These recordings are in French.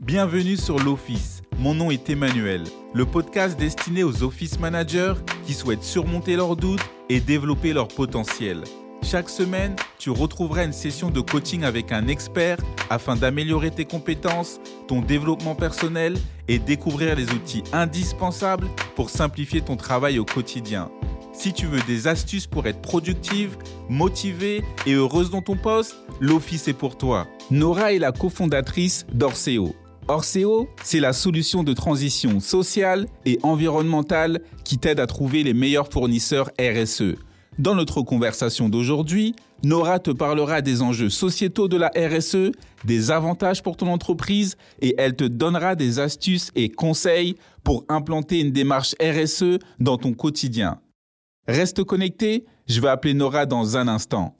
Bienvenue sur l'Office. Mon nom est Emmanuel, le podcast destiné aux office managers qui souhaitent surmonter leurs doutes et développer leur potentiel. Chaque semaine, tu retrouveras une session de coaching avec un expert afin d'améliorer tes compétences, ton développement personnel et découvrir les outils indispensables pour simplifier ton travail au quotidien. Si tu veux des astuces pour être productive, motivée et heureuse dans ton poste, l'Office est pour toi. Nora est la cofondatrice d'Orseo. Orseo, c'est la solution de transition sociale et environnementale qui t'aide à trouver les meilleurs fournisseurs RSE. Dans notre conversation d'aujourd'hui, Nora te parlera des enjeux sociétaux de la RSE, des avantages pour ton entreprise et elle te donnera des astuces et conseils pour implanter une démarche RSE dans ton quotidien. Reste connecté, je vais appeler Nora dans un instant.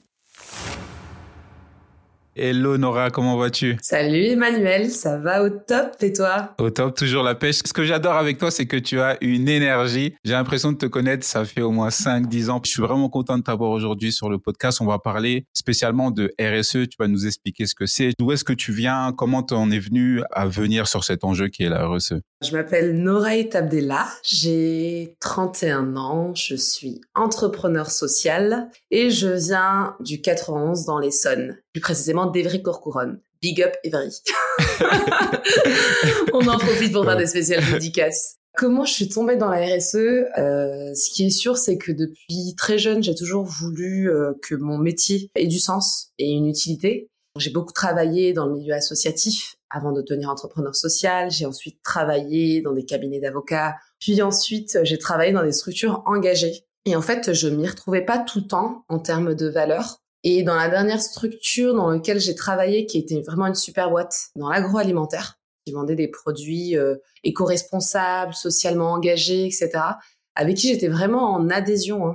Hello Nora, comment vas-tu? Salut Emmanuel, ça va au top et toi? Au top, toujours la pêche. Ce que j'adore avec toi, c'est que tu as une énergie. J'ai l'impression de te connaître, ça fait au moins 5-10 ans. Je suis vraiment content de t'avoir aujourd'hui sur le podcast. On va parler spécialement de RSE. Tu vas nous expliquer ce que c'est. D'où est-ce que tu viens? Comment t'en es venu à venir sur cet enjeu qui est la RSE? Je m'appelle Noraït Abdellah, j'ai 31 ans, je suis entrepreneur social et je viens du 91 dans l'Essonne, plus précisément d'Evry-Courcouronnes. Big up Evry. On en profite pour faire des spéciales dédicaces. Comment je suis tombée dans la RSE? Ce qui est sûr, c'est que depuis très jeune, j'ai toujours voulu que mon métier ait du sens et une utilité. J'ai beaucoup travaillé dans le milieu associatif avant de devenir entrepreneur social. J'ai ensuite travaillé dans des cabinets d'avocats. Puis ensuite, j'ai travaillé dans des structures engagées. Et en fait, je m'y retrouvais pas tout le temps en termes de valeurs. Et dans la dernière structure dans laquelle j'ai travaillé, qui était vraiment une super boîte, dans l'agroalimentaire, qui vendait des produits éco-responsables, socialement engagés, etc., avec qui j'étais vraiment en adhésion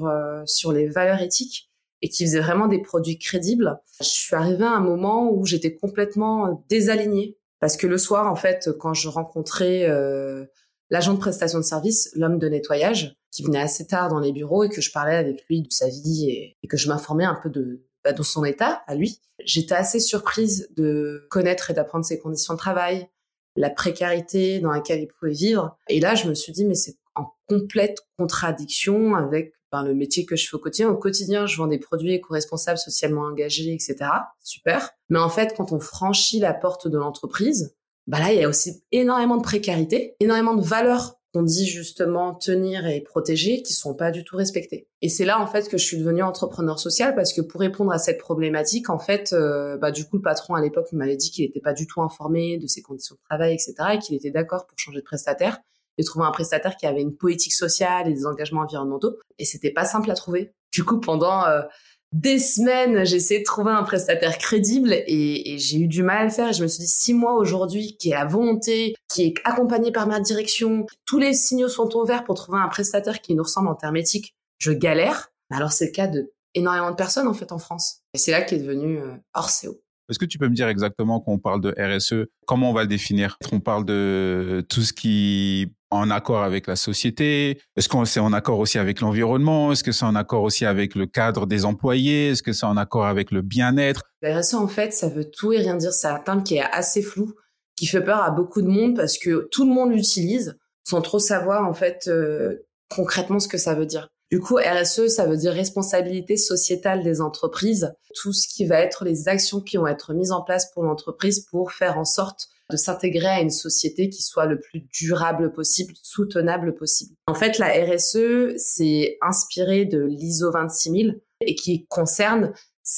sur les valeurs éthiques et qui faisait vraiment des produits crédibles. Je suis arrivée à un moment où j'étais complètement désalignée parce que le soir, en fait, quand je rencontrais l'agent de prestation de service, l'homme de nettoyage, qui venait assez tard dans les bureaux et que je parlais avec lui de sa vie et que je m'informais un peu de son état à lui, j'étais assez surprise de connaître et d'apprendre ses conditions de travail, la précarité dans laquelle il pouvait vivre. Et là, je me suis dit, mais c'est en complète contradiction avec le métier que je fais au quotidien. Au quotidien, je vends des produits éco-responsables, socialement engagés, etc. Super. Mais en fait, quand on franchit la porte de l'entreprise, là, il y a aussi énormément de précarité, énormément de valeurs qu'on dit justement tenir et protéger qui sont pas du tout respectées. Et c'est là, en fait, que je suis devenue entrepreneur social parce que pour répondre à cette problématique, en fait, du coup, le patron à l'époque m'avait dit qu'il était pas du tout informé de ses conditions de travail, etc. et qu'il était d'accord pour changer de prestataire. J'ai trouvé un prestataire qui avait une politique sociale et des engagements environnementaux. Et c'était pas simple à trouver. Du coup, pendant des semaines, j'ai essayé de trouver un prestataire crédible et j'ai eu du mal à le faire. Et je me suis dit, si moi, aujourd'hui, qui est la volonté, qui est accompagné par ma direction, tous les signaux sont ouverts pour trouver un prestataire qui nous ressemble en termes éthiques, je galère. Alors, c'est le cas de énormément de personnes, en fait, en France. Et c'est là qu'est devenu Orseo. Est-ce que tu peux me dire exactement quand on parle de RSE, comment on va le définir? Est-ce qu'on parle de tout ce qui est en accord avec la société? Est-ce que c'est en accord aussi avec l'environnement? Est-ce que c'est en accord aussi avec le cadre des employés? Est-ce que c'est en accord avec le bien-être? La RSE, en fait, ça veut tout et rien dire. C'est un terme qui est assez flou, qui fait peur à beaucoup de monde parce que tout le monde l'utilise sans trop savoir, en fait, concrètement ce que ça veut dire. Du coup, RSE, ça veut dire responsabilité sociétale des entreprises. Tout ce qui va être les actions qui vont être mises en place pour l'entreprise pour faire en sorte de s'intégrer à une société qui soit le plus durable possible, soutenable possible. En fait, la RSE, c'est inspiré de l'ISO 26000 et qui concerne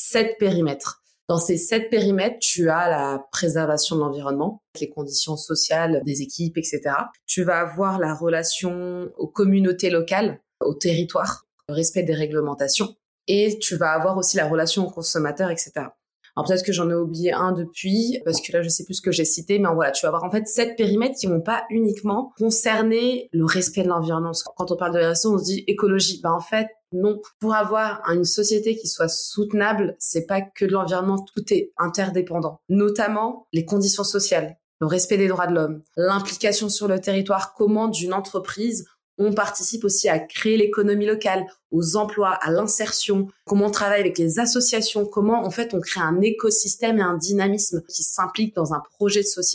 7 périmètres. Dans ces 7 périmètres, tu as la préservation de l'environnement, les conditions sociales des équipes, etc. Tu vas avoir la relation aux communautés locales, au territoire, le respect des réglementations. Et tu vas avoir aussi la relation aux consommateurs, etc. Alors peut-être que j'en ai oublié un depuis, parce que là je sais plus ce que j'ai cité, mais voilà, tu vas avoir en fait 7 périmètres qui vont pas uniquement concerner le respect de l'environnement. Parce que quand on parle de RSE, on se dit écologie. En fait, non. Pour avoir une société qui soit soutenable, c'est pas que de l'environnement, tout est interdépendant. Notamment les conditions sociales, le respect des droits de l'homme, l'implication sur le territoire, comment d'une entreprise on participe aussi à créer l'économie locale, aux emplois, à l'insertion, comment on travaille avec les associations, comment en fait on crée un écosystème et un dynamisme qui s'implique dans un projet de société.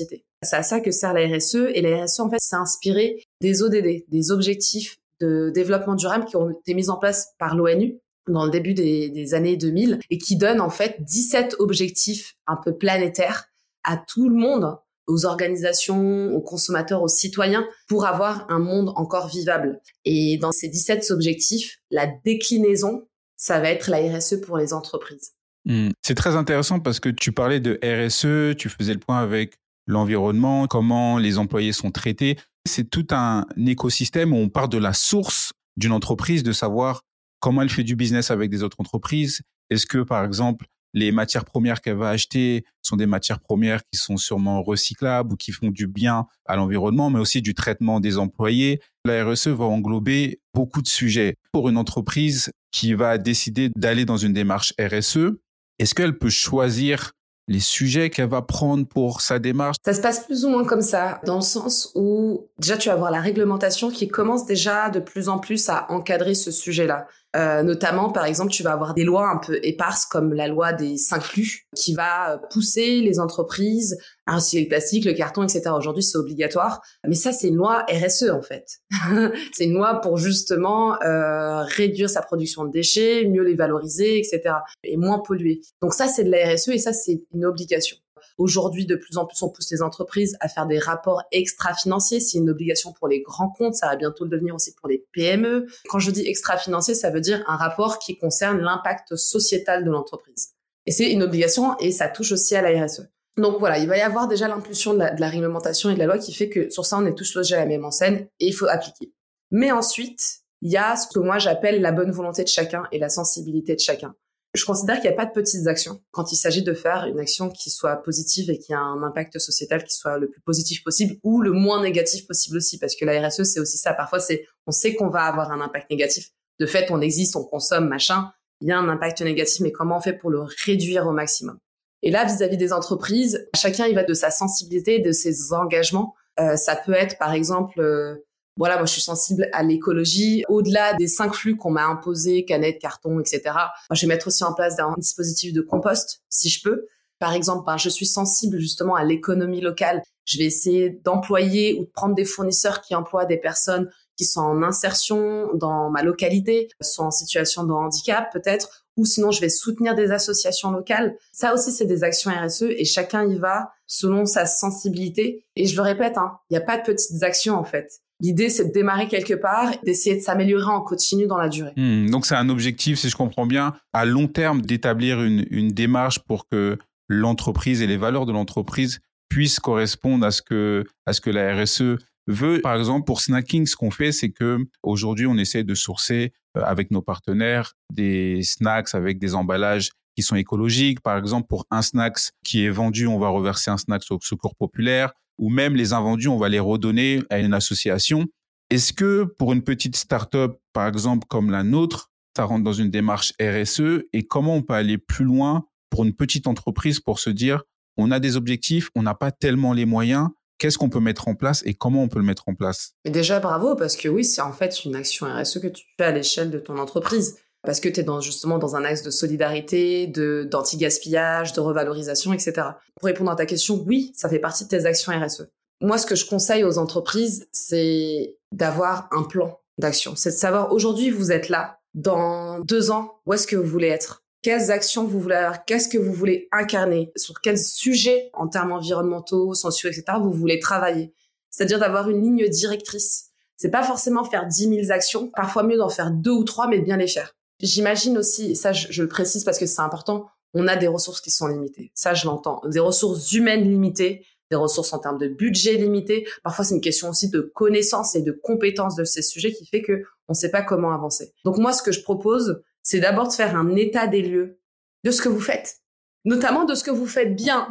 C'est à ça que sert la RSE. Et la RSE, en fait, c'est inspiré des ODD, des objectifs de développement durable qui ont été mis en place par l'ONU dans le début des années 2000 et qui donnent en fait 17 objectifs un peu planétaires à tout le monde, aux organisations, aux consommateurs, aux citoyens, pour avoir un monde encore vivable. Et dans ces 17 objectifs, la déclinaison, ça va être la RSE pour les entreprises. C'est très intéressant parce que tu parlais de RSE, tu faisais le point avec l'environnement, comment les employés sont traités. C'est tout un écosystème où on part de la source d'une entreprise, de savoir comment elle fait du business avec des autres entreprises. Est-ce que, par exemple, les matières premières qu'elle va acheter sont des matières premières qui sont sûrement recyclables ou qui font du bien à l'environnement, mais aussi du traitement des employés. La RSE va englober beaucoup de sujets. Pour une entreprise qui va décider d'aller dans une démarche RSE, est-ce qu'elle peut choisir les sujets qu'elle va prendre pour sa démarche? Ça se passe plus ou moins comme ça, dans le sens où déjà tu vas avoir la réglementation qui commence déjà de plus en plus à encadrer ce sujet-là. Notamment, par exemple, tu vas avoir des lois un peu éparses comme la loi des 5 flux qui va pousser les entreprises à recycler le plastique, le carton, etc. Aujourd'hui, c'est obligatoire. Mais ça, c'est une loi RSE, en fait. C'est une loi pour justement réduire sa production de déchets, mieux les valoriser, etc. Et moins polluer. Donc ça, c'est de la RSE et ça, c'est une obligation. Aujourd'hui, de plus en plus, on pousse les entreprises à faire des rapports extra-financiers. C'est une obligation pour les grands comptes. Ça va bientôt le devenir aussi pour les PME. Quand je dis extra-financier, ça veut dire un rapport qui concerne l'impact sociétal de l'entreprise. Et c'est une obligation et ça touche aussi à la RSE. Donc voilà, il va y avoir déjà l'impulsion de la réglementation et de la loi qui fait que sur ça, on est tous logés à la même enseigne et il faut appliquer. Mais ensuite, il y a ce que moi j'appelle la bonne volonté de chacun et la sensibilité de chacun. Je considère qu'il n'y a pas de petites actions quand il s'agit de faire une action qui soit positive et qui a un impact sociétal qui soit le plus positif possible ou le moins négatif possible aussi, parce que la RSE, c'est aussi ça. Parfois, on sait qu'on va avoir un impact négatif. De fait, on existe, on consomme, machin. Il y a un impact négatif, mais comment on fait pour le réduire au maximum? Et là, vis-à-vis des entreprises, chacun, il va de sa sensibilité, de ses engagements. Ça peut être, par exemple... Voilà, moi, je suis sensible à l'écologie. Au-delà des 5 flux qu'on m'a imposés, canettes, cartons, etc., moi, je vais mettre aussi en place un dispositif de compost, si je peux. Par exemple, je suis sensible justement à l'économie locale. Je vais essayer d'employer ou de prendre des fournisseurs qui emploient des personnes qui sont en insertion dans ma localité, soit en situation de handicap peut-être, ou sinon je vais soutenir des associations locales. Ça aussi, c'est des actions RSE et chacun y va selon sa sensibilité. Et je le répète, il n'y a pas de petites actions en fait. L'idée, c'est de démarrer quelque part, d'essayer de s'améliorer en continu dans la durée. Donc, c'est un objectif, si je comprends bien, à long terme, d'établir une démarche pour que l'entreprise et les valeurs de l'entreprise puissent correspondre à ce que la RSE veut. Par exemple, pour Snacking, ce qu'on fait, c'est que aujourd'hui, on essaie de sourcer avec nos partenaires des snacks avec des emballages qui sont écologiques. Par exemple, pour un snack qui est vendu, on va reverser un snack au Secours Populaire. Ou même les invendus, on va les redonner à une association. Est-ce que pour une petite start-up, par exemple, comme la nôtre, ça rentre dans une démarche RSE et comment on peut aller plus loin pour une petite entreprise pour se dire, on a des objectifs, on n'a pas tellement les moyens, qu'est-ce qu'on peut mettre en place et comment on peut le mettre en place? Mais déjà, bravo, parce que oui, c'est en fait une action RSE que tu fais à l'échelle de ton entreprise. Parce que tu es justement dans un axe de solidarité, d'anti-gaspillage, de revalorisation, etc. Pour répondre à ta question, oui, ça fait partie de tes actions RSE. Moi, ce que je conseille aux entreprises, c'est d'avoir un plan d'action. C'est de savoir, aujourd'hui, vous êtes là. Dans 2 ans, où est-ce que vous voulez être? Quelles actions vous voulez avoir? Qu'est-ce que vous voulez incarner? Sur quels sujets, en termes environnementaux, sociaux, etc., vous voulez travailler? C'est-à-dire d'avoir une ligne directrice. C'est pas forcément faire 10 000 actions. Parfois mieux d'en faire 2 ou 3, mais de bien les faire. J'imagine aussi, et ça je le précise parce que c'est important, on a des ressources qui sont limitées. Ça, je l'entends. Des ressources humaines limitées, des ressources en termes de budget limité. Parfois, c'est une question aussi de connaissance et de compétences de ces sujets qui fait que on sait pas comment avancer. Donc moi, ce que je propose, c'est d'abord de faire un état des lieux de ce que vous faites. Notamment de ce que vous faites bien.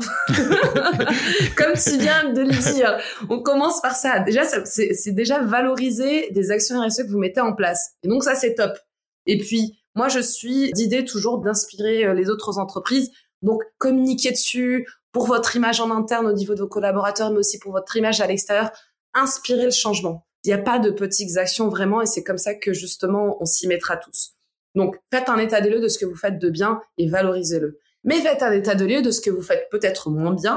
Comme tu viens de le dire. On commence par ça. Déjà, c'est déjà valoriser des actions RSE que vous mettez en place. Et donc ça, c'est top. Et puis, moi, je suis d'idée toujours d'inspirer les autres entreprises. Donc, communiquer dessus pour votre image en interne au niveau de vos collaborateurs, mais aussi pour votre image à l'extérieur. Inspirer le changement. Il n'y a pas de petites actions vraiment et c'est comme ça que justement, on s'y mettra tous. Donc, faites un état des lieux de ce que vous faites de bien et valorisez-le. Mais faites un état des lieux de ce que vous faites peut-être moins bien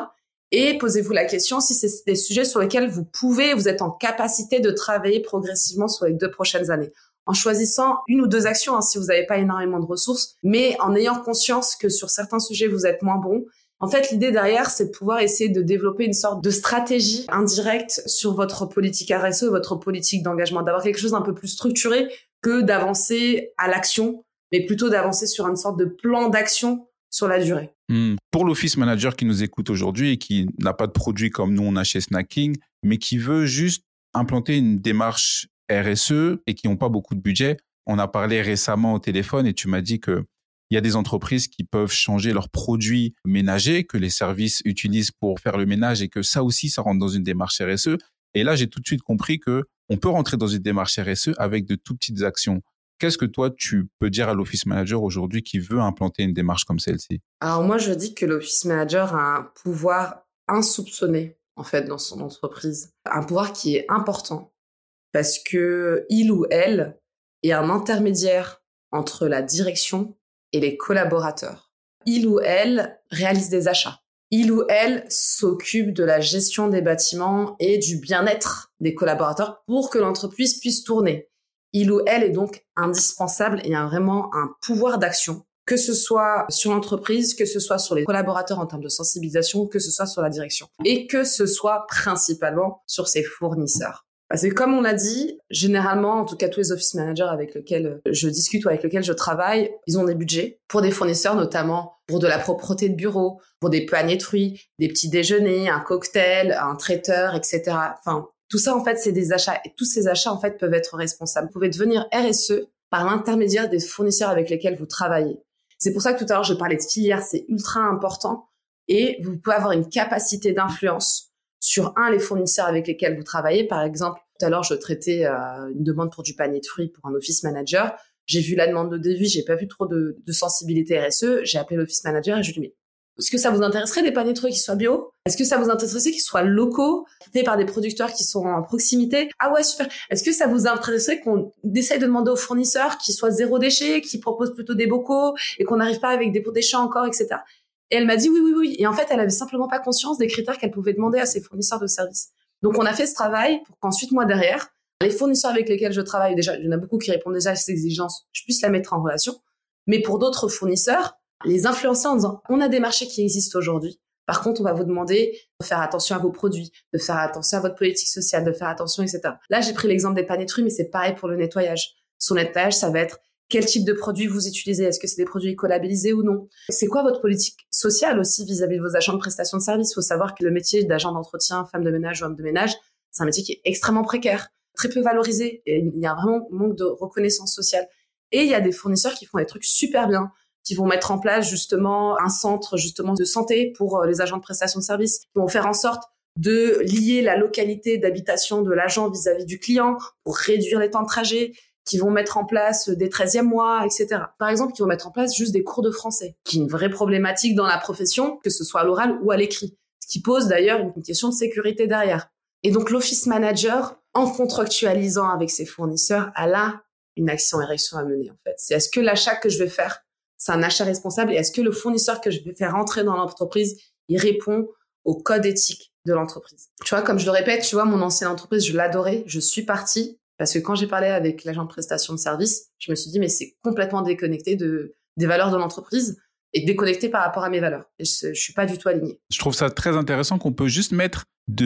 Et posez-vous la question si c'est des sujets sur lesquels vous êtes en capacité de travailler progressivement sur les 2 prochaines années. En choisissant 1 ou 2 actions, si vous n'avez pas énormément de ressources, mais en ayant conscience que sur certains sujets, vous êtes moins bon. En fait, l'idée derrière, c'est de pouvoir essayer de développer une sorte de stratégie indirecte sur votre politique RSE, votre politique d'engagement, d'avoir quelque chose d'un peu plus structuré que d'avancer à l'action, mais plutôt d'avancer sur une sorte de plan d'action sur la durée. Pour l'office manager qui nous écoute aujourd'hui et qui n'a pas de produit comme nous on a chez Snacking, mais qui veut juste implanter une démarche RSE et qui n'ont pas beaucoup de budget, on a parlé récemment au téléphone et tu m'as dit que il y a des entreprises qui peuvent changer leurs produits ménagers que les services utilisent pour faire le ménage et que ça aussi, ça rentre dans une démarche RSE. Et là, j'ai tout de suite compris que on peut rentrer dans une démarche RSE avec de toutes petites actions. Qu'est-ce que toi, tu peux dire à l'office manager aujourd'hui qui veut implanter une démarche comme celle-ci? Alors moi, je dis que l'office manager a un pouvoir insoupçonné, en fait, dans son entreprise. Un pouvoir qui est important parce que il ou elle est un intermédiaire entre la direction et les collaborateurs. Il ou elle réalise des achats. Il ou elle s'occupe de la gestion des bâtiments et du bien-être des collaborateurs pour que l'entreprise puisse tourner. Il ou elle est donc indispensable et a vraiment un pouvoir d'action, que ce soit sur l'entreprise, que ce soit sur les collaborateurs en termes de sensibilisation, que ce soit sur la direction et que ce soit principalement sur ses fournisseurs. Parce que comme on l'a dit, généralement, en tout cas tous les office managers avec lesquels je discute ou avec lesquels je travaille, ils ont des budgets pour des fournisseurs, notamment pour de la propreté de bureau, pour des paniers de fruits, des petits déjeuners, un cocktail, un traiteur, etc. Enfin, tout ça, en fait, c'est des achats. Et tous ces achats, en fait, peuvent être responsables. Vous pouvez devenir RSE par l'intermédiaire des fournisseurs avec lesquels vous travaillez. C'est pour ça que tout à l'heure, je parlais de filière, c'est ultra important. Et vous pouvez avoir une capacité d'influence sur les fournisseurs avec lesquels vous travaillez. Par exemple, tout à l'heure, je traitais une demande pour du panier de fruits pour un office manager. J'ai vu la demande de devis, j'ai pas vu trop de sensibilité RSE. J'ai appelé l'office manager et je lui ai dit, mais est-ce que ça vous intéresserait des paniers de fruits qui soient bio? Est-ce que ça vous intéresserait qu'ils soient locaux, faits par des producteurs qui sont en proximité? Ah ouais, super. Est-ce que ça vous intéresserait qu'on essaye de demander aux fournisseurs qu'ils soient 0 déchet, qui proposent plutôt des bocaux et qu'on n'arrive pas avec des pots déchets encore, etc. Et elle m'a dit oui. Et en fait, elle avait simplement pas conscience des critères qu'elle pouvait demander à ses fournisseurs de services. Donc, on a fait ce travail pour qu'ensuite, moi, derrière, les fournisseurs avec lesquels je travaille, déjà, il y en a beaucoup qui répondent déjà à ces exigences, je puisse la mettre en relation. Mais pour d'autres fournisseurs, les influencer en disant, on a des marchés qui existent aujourd'hui. Par contre, on va vous demander de faire attention à vos produits, de faire attention à votre politique sociale, de faire attention, etc. Là, j'ai pris l'exemple des paniers de fruits, mais c'est pareil pour le nettoyage. Sur le nettoyage, ça va être quel type de produits vous utilisez. Est-ce que c'est des produits écolabellisés ou non? C'est quoi votre politique sociale aussi vis-à-vis de vos agents de prestation de services? Il faut savoir que le métier d'agent d'entretien, femme de ménage ou homme de ménage, c'est un métier qui est extrêmement précaire, très peu valorisé. Et il y a vraiment un manque de reconnaissance sociale. Et il y a des fournisseurs qui font des trucs super bien, qui vont mettre en place justement un centre justement de santé pour les agents de prestation de services, qui vont faire en sorte de lier la localité d'habitation de l'agent vis-à-vis du client pour réduire les temps de trajet, qui vont mettre en place des 13e mois, etc. Par exemple, qui vont mettre en place juste des cours de français, qui est une vraie problématique dans la profession, que ce soit à l'oral ou à l'écrit, ce qui pose d'ailleurs une question de sécurité derrière. Et donc, l'office manager, en contractualisant avec ses fournisseurs, elle a une action RSE à mener, en fait. C'est est-ce que l'achat que je vais faire, c'est un achat responsable et est-ce que le fournisseur que je vais faire rentrer dans l'entreprise, il répond au code éthique de l'entreprise. Tu vois, comme je le répète, tu vois, mon ancienne entreprise, je l'adorais, je suis partie parce que quand j'ai parlé avec l'agent de prestation de service, je me suis dit, mais c'est complètement déconnecté des valeurs de l'entreprise et déconnecté par rapport à mes valeurs. Et je suis pas du tout alignée. Je trouve ça très intéressant qu'on peut juste mettre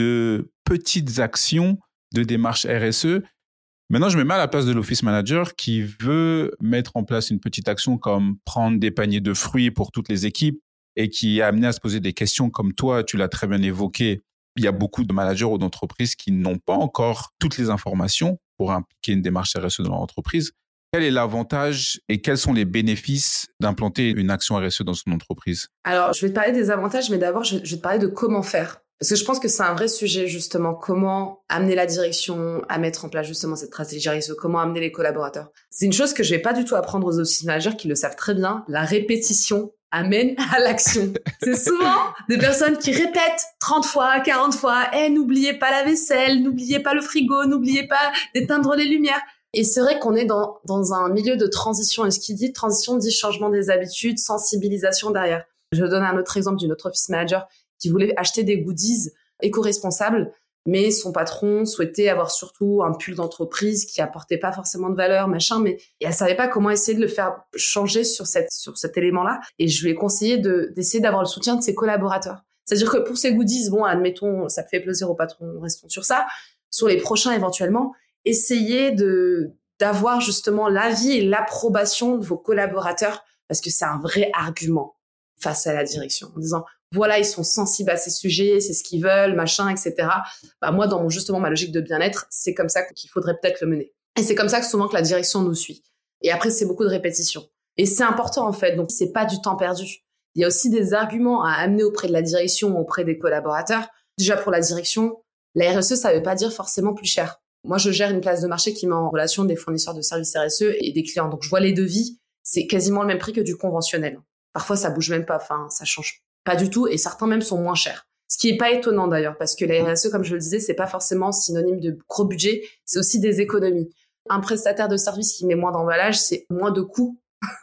de petites actions de démarche RSE. Maintenant, je me mets à la place de l'office manager qui veut mettre en place une petite action comme prendre des paniers de fruits pour toutes les équipes et qui est amené à se poser des questions comme toi, tu l'as très bien évoqué. Il y a beaucoup de managers ou d'entreprises qui n'ont pas encore toutes les informations pour impliquer une démarche RSE dans leur entreprise. Quel est l'avantage et quels sont les bénéfices d'implanter une action RSE dans son entreprise? Alors, je vais te parler des avantages, mais d'abord, je vais te parler de comment faire. Parce que je pense que c'est un vrai sujet, justement, comment amener la direction à mettre en place justement cette stratégie RSE, comment amener les collaborateurs. C'est une chose que je vais pas du tout apprendre aux office managers qui le savent très bien. La répétition amène à l'action. C'est souvent des personnes qui répètent 30 fois, 40 fois, n'oubliez pas la vaisselle, n'oubliez pas le frigo, n'oubliez pas d'éteindre les lumières. Et c'est vrai qu'on est dans un milieu de transition. Et ce qui dit transition dit changement des habitudes, sensibilisation derrière. Je donne un autre exemple d'une autre office manager qui voulait acheter des goodies éco-responsables, mais son patron souhaitait avoir surtout un pull d'entreprise qui apportait pas forcément de valeur, machin, mais et elle savait pas comment essayer de le faire changer sur cet élément-là. Et je lui ai conseillé d'essayer d'avoir le soutien de ses collaborateurs. C'est-à-dire que pour ces goodies, bon, admettons, ça fait plaisir au patron, restons sur ça. Sur les prochains, éventuellement, essayez d'avoir justement l'avis et l'approbation de vos collaborateurs, parce que c'est un vrai argument face à la direction, en disant voilà, ils sont sensibles à ces sujets, c'est ce qu'ils veulent, machin, etc. Bah, moi, dans ma logique de bien-être, c'est comme ça qu'il faudrait peut-être le mener. Et c'est comme ça que souvent que la direction nous suit. Et après, c'est beaucoup de répétitions. Et c'est important, en fait. Donc, c'est pas du temps perdu. Il y a aussi des arguments à amener auprès de la direction, auprès des collaborateurs. Déjà, pour la direction, la RSE, ça veut pas dire forcément plus cher. Moi, je gère une place de marché qui met en relation des fournisseurs de services RSE et des clients. Donc, je vois les devis, c'est quasiment le même prix que du conventionnel. Parfois, ça bouge même pas. Enfin, ça change pas du tout et certains même sont moins chers. Ce qui est pas étonnant d'ailleurs, parce que la RSE, comme je le disais, c'est pas forcément synonyme de gros budget, c'est aussi des économies. Un prestataire de service qui met moins d'emballage, c'est moins de coûts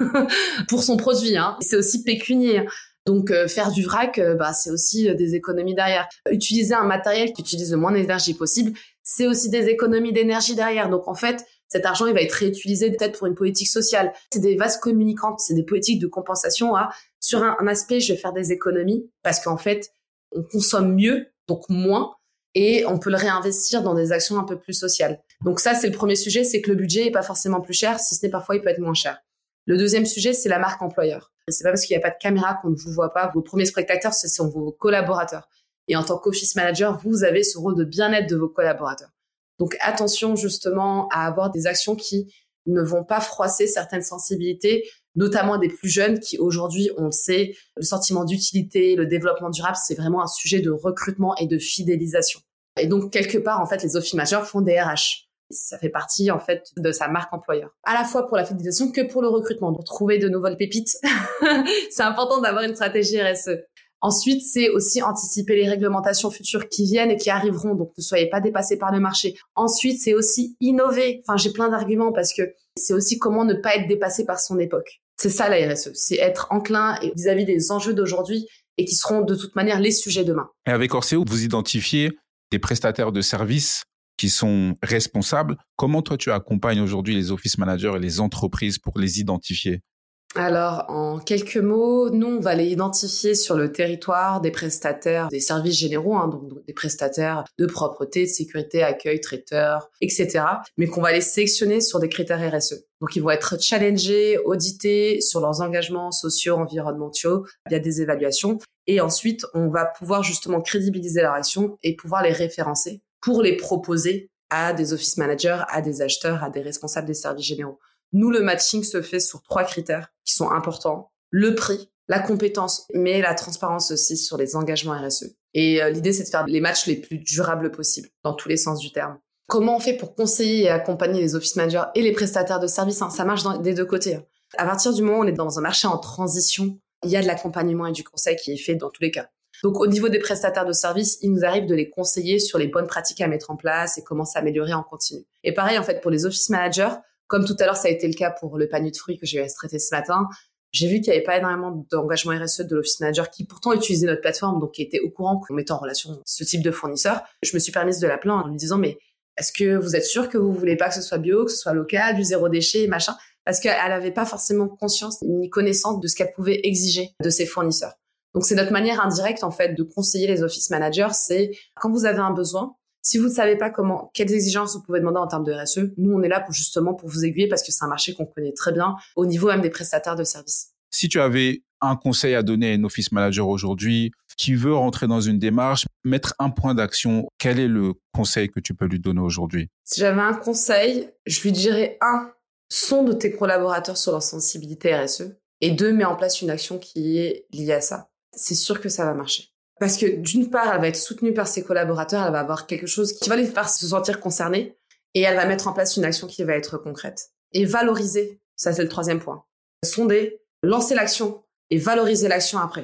pour son produit, hein. C'est aussi pécunier. Donc, faire du vrac, c'est aussi des économies derrière. Utiliser un matériel qui utilise le moins d'énergie possible, c'est aussi des économies d'énergie derrière. Donc, en fait, cet argent, il va être réutilisé peut-être pour une politique sociale. C'est des vases communicants, c'est des politiques de compensation. Sur un aspect, je vais faire des économies parce qu'en fait, on consomme mieux, donc moins, et on peut le réinvestir dans des actions un peu plus sociales. Donc ça, c'est le premier sujet, c'est que le budget est pas forcément plus cher, si ce n'est parfois il peut être moins cher. Le deuxième sujet, c'est la marque employeur. C'est pas parce qu'il n'y a pas de caméra qu'on ne vous voit pas. Vos premiers spectateurs, ce sont vos collaborateurs. Et en tant qu'office manager, vous avez ce rôle de bien-être de vos collaborateurs. Donc attention justement à avoir des actions qui ne vont pas froisser certaines sensibilités, notamment des plus jeunes qui aujourd'hui, on le sait, le sentiment d'utilité, le développement durable, c'est vraiment un sujet de recrutement et de fidélisation. Et donc quelque part, en fait, les office managers font des RH. Ça fait partie, en fait, de sa marque employeur. À la fois pour la fidélisation que pour le recrutement. Pour trouver de nouvelles pépites, c'est important d'avoir une stratégie RSE. Ensuite, c'est aussi anticiper les réglementations futures qui viennent et qui arriveront. Donc, ne soyez pas dépassés par le marché. Ensuite, c'est aussi innover. Enfin, j'ai plein d'arguments parce que c'est aussi comment ne pas être dépassé par son époque. C'est ça, la RSE. C'est être enclin vis-à-vis des enjeux d'aujourd'hui et qui seront de toute manière les sujets demain. Et avec Orseo, vous identifiez des prestataires de services qui sont responsables. Comment toi, tu accompagnes aujourd'hui les office managers et les entreprises pour les identifier ? Alors, en quelques mots, nous, on va les identifier sur le territoire des prestataires des services généraux, donc des prestataires de propreté, de sécurité, accueil, traiteurs, etc. Mais qu'on va les sélectionner sur des critères RSE. Donc, ils vont être challengés, audités sur leurs engagements sociaux, environnementaux, via des évaluations. Et ensuite, on va pouvoir justement crédibiliser leur action et pouvoir les référencer pour les proposer à des office managers, à des acheteurs, à des responsables des services généraux. Nous, le matching se fait sur 3 critères qui sont importants. Le prix, la compétence, mais la transparence aussi sur les engagements RSE. Et l'idée, c'est de faire les matchs les plus durables possibles, dans tous les sens du terme. Comment on fait pour conseiller et accompagner les office managers et les prestataires de services ? Ça marche des deux côtés. À partir du moment où on est dans un marché en transition, il y a de l'accompagnement et du conseil qui est fait dans tous les cas. Donc, au niveau des prestataires de services, il nous arrive de les conseiller sur les bonnes pratiques à mettre en place et comment s'améliorer en continu. Et pareil, en fait, pour les office managers, comme tout à l'heure, ça a été le cas pour le panier de fruits que j'ai eu à traiter ce matin, j'ai vu qu'il n'y avait pas énormément d'engagement RSE de l'office manager qui pourtant utilisait notre plateforme, donc qui était au courant qu'on mettait en relation ce type de fournisseur. Je me suis permise de l'appeler en lui disant « Mais est-ce que vous êtes sûr que vous voulez pas que ce soit bio, que ce soit local, du zéro déchet, machin ?» Parce qu'elle n'avait pas forcément conscience ni connaissance de ce qu'elle pouvait exiger de ses fournisseurs. Donc, c'est notre manière indirecte, en fait, de conseiller les office managers. C'est quand vous avez un besoin, si vous ne savez pas quelles exigences vous pouvez demander en termes de RSE, nous, on est là pour vous aiguiller parce que c'est un marché qu'on connaît très bien au niveau même des prestataires de services. Si tu avais un conseil à donner à un office manager aujourd'hui qui veut rentrer dans une démarche, mettre un point d'action, quel est le conseil que tu peux lui donner aujourd'hui ? Si j'avais un conseil, je lui dirais 1, sonde tes collaborateurs sur leur sensibilité RSE et 2, mets en place une action qui est liée à ça. C'est sûr que ça va marcher. Parce que d'une part, elle va être soutenue par ses collaborateurs, elle va avoir quelque chose qui va les faire se sentir concernés et elle va mettre en place une action qui va être concrète. Et valoriser, ça c'est le 3e point. Sonder, lancer l'action et valoriser l'action après.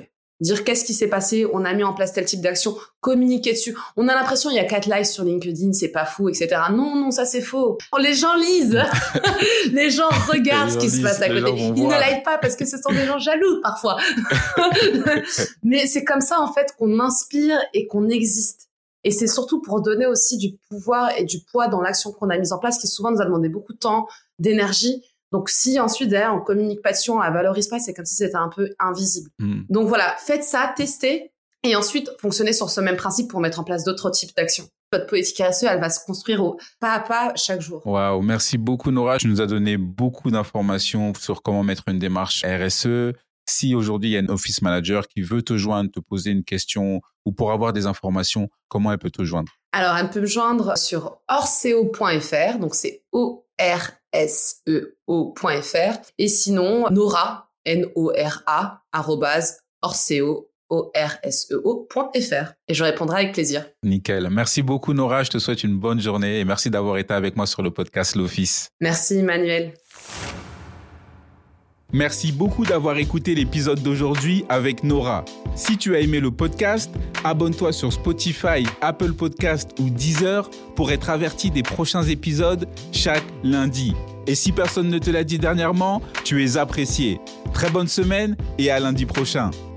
dire qu'est-ce qui s'est passé, on a mis en place tel type d'action, communiquer dessus. On a l'impression il y a 4 likes sur LinkedIn, c'est pas fou, etc. Non, ça c'est faux. Les gens lisent, les gens regardent ce qui se passe à côté. Ils ne likent pas parce que ce sont des gens jaloux parfois. Mais c'est comme ça en fait qu'on inspire et qu'on existe. Et c'est surtout pour donner aussi du pouvoir et du poids dans l'action qu'on a mise en place, qui souvent nous a demandé beaucoup de temps, d'énergie. Donc si ensuite derrière on communique pas dessus, on la valorise pas, c'est comme si c'était un peu invisible. Donc voilà, faites ça, testez, et ensuite fonctionnez sur ce même principe pour mettre en place d'autres types d'actions. Votre politique RSE, elle va se construire au pas à pas chaque jour. Waouh, merci beaucoup Nora. Tu nous as donné beaucoup d'informations sur comment mettre une démarche RSE. Si aujourd'hui il y a un office manager qui veut te joindre, te poser une question ou pour avoir des informations, comment elle peut te joindre? Alors, elle peut me joindre sur orseo.fr, donc c'est ORSEO.fr, et sinon Nora, NORA, @orseo.fr, et je répondrai avec plaisir. Nickel. Merci beaucoup Nora, je te souhaite une bonne journée et merci d'avoir été avec moi sur le podcast L'Office. Merci Emmanuel. Merci beaucoup d'avoir écouté l'épisode d'aujourd'hui avec Nora. Si tu as aimé le podcast, abonne-toi sur Spotify, Apple Podcast ou Deezer pour être averti des prochains épisodes chaque lundi. Et si personne ne te l'a dit dernièrement, tu es apprécié. Très bonne semaine et à lundi prochain.